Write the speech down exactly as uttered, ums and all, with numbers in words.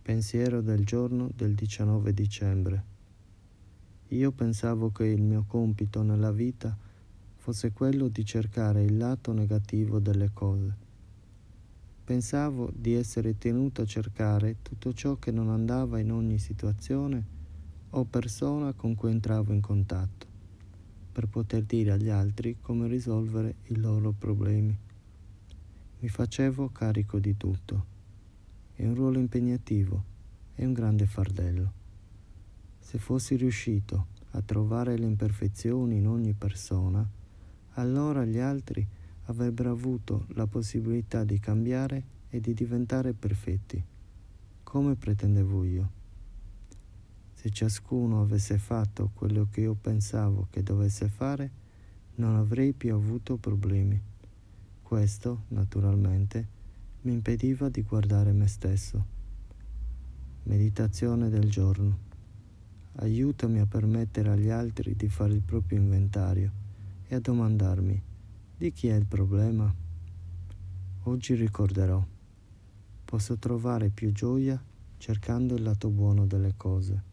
Pensiero del giorno del diciannove dicembre. Io pensavo che il mio compito nella vita fosse quello di cercare il lato negativo delle cose. Pensavo di essere tenuto a cercare tutto ciò che non andava in ogni situazione o persona con cui entravo in contatto, per poter dire agli altri come risolvere i loro problemi. Mi facevo carico di tutto. È un ruolo impegnativo, è un grande fardello. Se fossi riuscito a trovare le imperfezioni in ogni persona, allora gli altri avrebbero avuto la possibilità di cambiare e di diventare perfetti, come pretendevo io. Se ciascuno avesse fatto quello che io pensavo che dovesse fare, non avrei più avuto problemi. Questo, naturalmente, mi impediva di guardare me stesso. Meditazione del giorno. Aiutami a permettere agli altri di fare il proprio inventario e a domandarmi: di chi è il problema? Oggi ricorderò: posso trovare più gioia cercando il lato buono delle cose.